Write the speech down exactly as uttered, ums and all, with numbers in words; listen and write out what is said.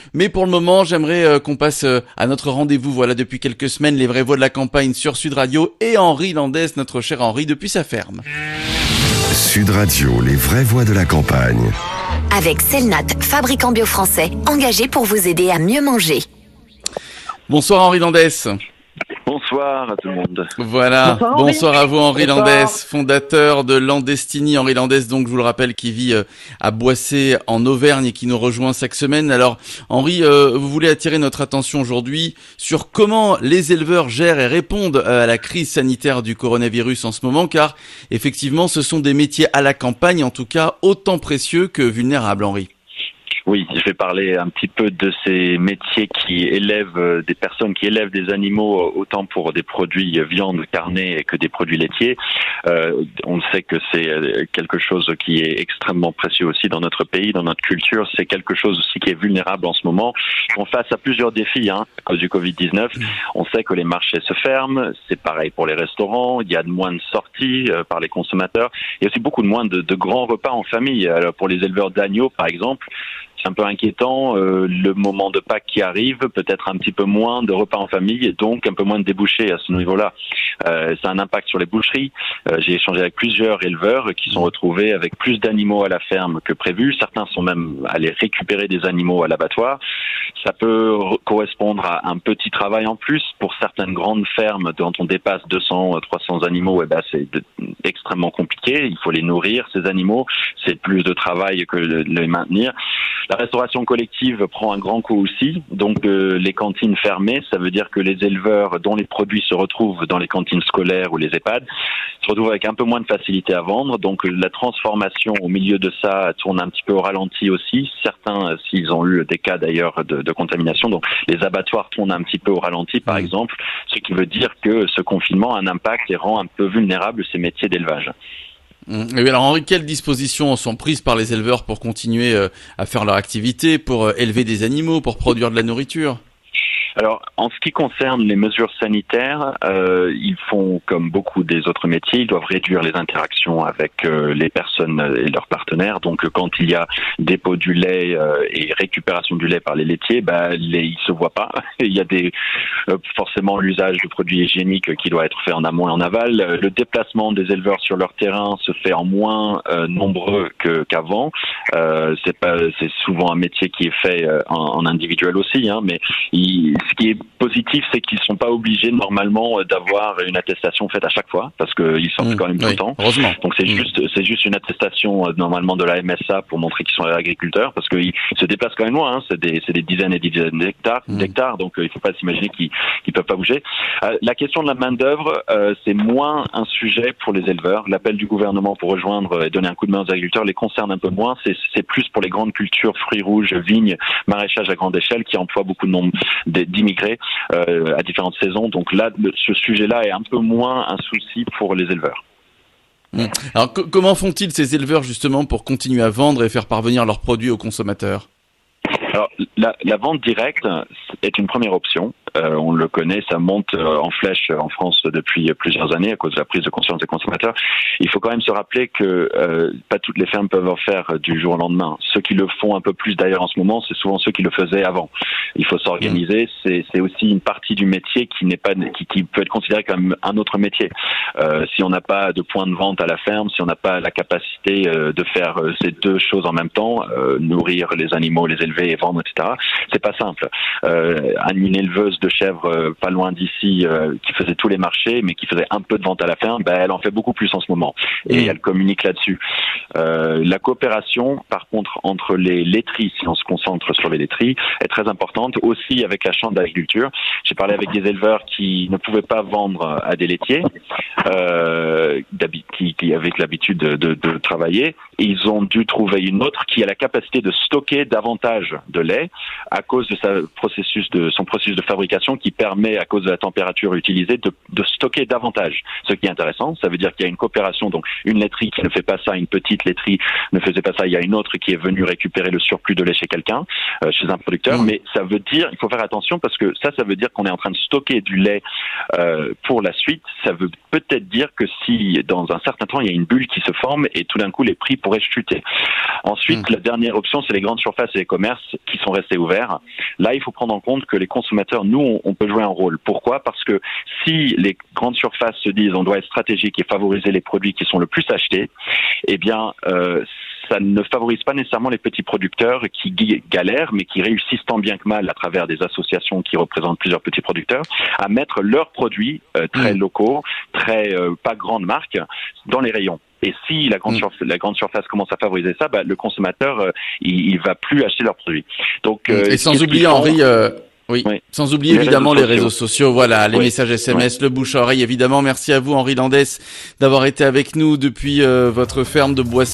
Mais pour le moment, j'aimerais euh, qu'on passe euh, à notre rendez-vous. Voilà, depuis quelques semaines, les vraies voix de la campagne sur Sud Radio et Henri Landès, notre cher Henri, depuis sa ferme. Sud Radio, les vraies voix de la campagne. Avec Selnat, fabricant bio français, engagé pour vous aider à mieux manger. Bonsoir Henri Landès. Bonsoir à tout le monde. Voilà, bonsoir, bonsoir à vous Henri bonsoir. Landès, fondateur de Landestini. Henri Landès, donc je vous le rappelle, qui vit euh, à Boissé en Auvergne et qui nous rejoint chaque semaine. Alors Henri, euh, vous voulez attirer notre attention aujourd'hui sur comment les éleveurs gèrent et répondent à la crise sanitaire du coronavirus en ce moment, car effectivement ce sont des métiers à la campagne, en tout cas autant précieux que vulnérables, Henri. Oui, je vais parler un petit peu de ces métiers qui élèvent des personnes qui élèvent des animaux autant pour des produits viande, carnée que des produits laitiers. Euh, on sait que c'est quelque chose qui est extrêmement précieux aussi dans notre pays, dans notre culture. C'est quelque chose aussi qui est vulnérable en ce moment. On est face à plusieurs défis hein, à cause du covid dix-neuf. On sait que les marchés se ferment. C'est pareil pour les restaurants. Il y a de moins de sorties euh, par les consommateurs. Il y a aussi beaucoup de moins de, de grands repas en famille. Alors, pour les éleveurs d'agneaux, par exemple, c'est un peu inquiétant, euh, le moment de Pâques qui arrive, peut-être un petit peu moins de repas en famille et donc un peu moins de débouchés à ce niveau-là. Euh, ça a un impact sur les boucheries. Euh, j'ai échangé avec plusieurs éleveurs qui sont retrouvés avec plus d'animaux à la ferme que prévu. Certains sont même allés récupérer des animaux à l'abattoir. Ça peut correspondre à un petit travail en plus. Pour certaines grandes fermes dont on dépasse deux cents, trois cents animaux, eh ben c'est de, extrêmement compliqué. Il faut les nourrir, ces animaux. C'est plus de travail que de les maintenir. La restauration collective prend un grand coup aussi, donc euh, les cantines fermées, ça veut dire que les éleveurs dont les produits se retrouvent dans les cantines scolaires ou les EHPAD se retrouvent avec un peu moins de facilité à vendre, donc euh, la transformation au milieu de ça tourne un petit peu au ralenti aussi. Certains, euh, s'ils ont eu des cas d'ailleurs de, de contamination, donc les abattoirs tournent un petit peu au ralenti par exemple, ce qui veut dire que ce confinement a un impact et rend un peu vulnérables ces métiers d'élevage. Et alors Henri, quelles dispositions sont prises par les éleveurs pour continuer euh, à faire leur activité, pour euh, élever des animaux, pour produire de la nourriture ? Alors, en ce qui concerne les mesures sanitaires, euh, ils font comme beaucoup des autres métiers, ils doivent réduire les interactions avec euh, les personnes et leurs partenaires. Donc, euh, quand il y a dépôt du lait euh, et récupération du lait par les laitiers, bah, les, ils se voient pas. Il y a des euh, forcément l'usage de produits hygiéniques qui doit être fait en amont et en aval. Le déplacement des éleveurs sur leur terrain se fait en moins euh, nombreux que, qu'avant. Euh, c'est pas, c'est souvent un métier qui est fait euh, en, en individuel aussi, hein, mais il, ce qui est positif, c'est qu'ils ne sont pas obligés normalement d'avoir une attestation faite à chaque fois, parce qu'ils sortent mmh, quand même tout oui, le temps. Heureusement. Donc c'est mmh. juste, c'est juste une attestation euh, normalement de la M S A pour montrer qu'ils sont agriculteurs, parce qu'ils se déplacent quand même loin. Hein, c'est des, c'est des dizaines et des dizaines d'hectares, mmh. d'hectares, donc euh, il ne faut pas s'imaginer qu'ils ne peuvent pas bouger. Euh, la question de la main d'œuvre, euh, c'est moins un sujet pour les éleveurs. L'appel du gouvernement pour rejoindre et donner un coup de main aux agriculteurs les concerne un peu moins. C'est, c'est plus pour les grandes cultures, fruits rouges, vignes, maraîchage à grande échelle, qui emploient beaucoup de nombre d'immigrés euh, à différentes saisons. Donc là, le, ce sujet-là est un peu moins un souci pour les éleveurs. Mmh. Alors co- comment font-ils ces éleveurs justement pour continuer à vendre et faire parvenir leurs produits aux consommateurs ? Alors, la, la vente directe est une première option. Euh, on le connaît, ça monte euh, en flèche en France depuis plusieurs années à cause de la prise de conscience des consommateurs. Il faut quand même se rappeler que euh, pas toutes les fermes peuvent en faire du jour au lendemain. Ceux qui le font un peu plus d'ailleurs en ce moment, c'est souvent ceux qui le faisaient avant. Il faut s'organiser. C'est, c'est aussi une partie du métier qui n'est pas, qui, qui peut être considérée comme un autre métier. Euh, si on n'a pas de point de vente à la ferme, si on n'a pas la capacité euh, de faire euh, ces deux choses en même temps, euh, nourrir les animaux, les élever et vendre, et cetera. C'est pas simple. Euh, une éleveuse de chèvres euh, pas loin d'ici euh, qui faisait tous les marchés mais qui faisait un peu de vente à la ferme, ben, elle en fait beaucoup plus en ce moment et mmh. elle communique là-dessus. Euh, la coopération par contre entre les laiteries, si on se concentre sur les laiteries, est très importante aussi avec la chambre d'agriculture. J'ai parlé avec des éleveurs qui ne pouvaient pas vendre à des laitiers euh, qui, qui avaient l'habitude de, de, de travailler et ils ont dû trouver une autre qui a la capacité de stocker davantage de lait à cause de sa processus de son processus de fabrication qui permet, à cause de la température utilisée, de, de stocker davantage. Ce qui est intéressant, ça veut dire qu'il y a une coopération, donc une laiterie qui ne fait pas ça, une petite laiterie ne faisait pas ça, il y a une autre qui est venue récupérer le surplus de lait chez quelqu'un, euh, chez un producteur, mmh. mais ça veut dire, il faut faire attention parce que ça, ça veut dire qu'on est en train de stocker du lait euh, pour la suite. Ça veut peut-être dire que si dans un certain temps, il y a une bulle qui se forme et tout d'un coup, les prix pourraient chuter. Ensuite, mmh. la dernière option, c'est les grandes surfaces et les commerces qui sont restés ouverts. Là, il faut prendre en compte que les consommateurs, nous, on, on peut jouer un rôle. Pourquoi ? Parce que si les grandes surfaces se disent on doit être stratégique et favoriser les produits qui sont le plus achetés, eh bien, euh, ça ne favorise pas nécessairement les petits producteurs qui galèrent, mais qui réussissent tant bien que mal à travers des associations qui représentent plusieurs petits producteurs, à mettre leurs produits euh, très mmh. locaux, très euh, pas grandes marques, dans les rayons. Et si la grande, mmh. surface, la grande surface commence à favoriser ça, bah, le consommateur, euh, il, il va plus acheter leurs produits. Donc, euh, et sans oublier, Henri... Euh... Oui. oui, sans oublier les évidemment réseaux les réseaux sociaux, voilà, les oui. messages S M S, oui. le bouche à oreille, évidemment. Merci à vous, Henri Landès, d'avoir été avec nous depuis euh, votre ferme de Boissy.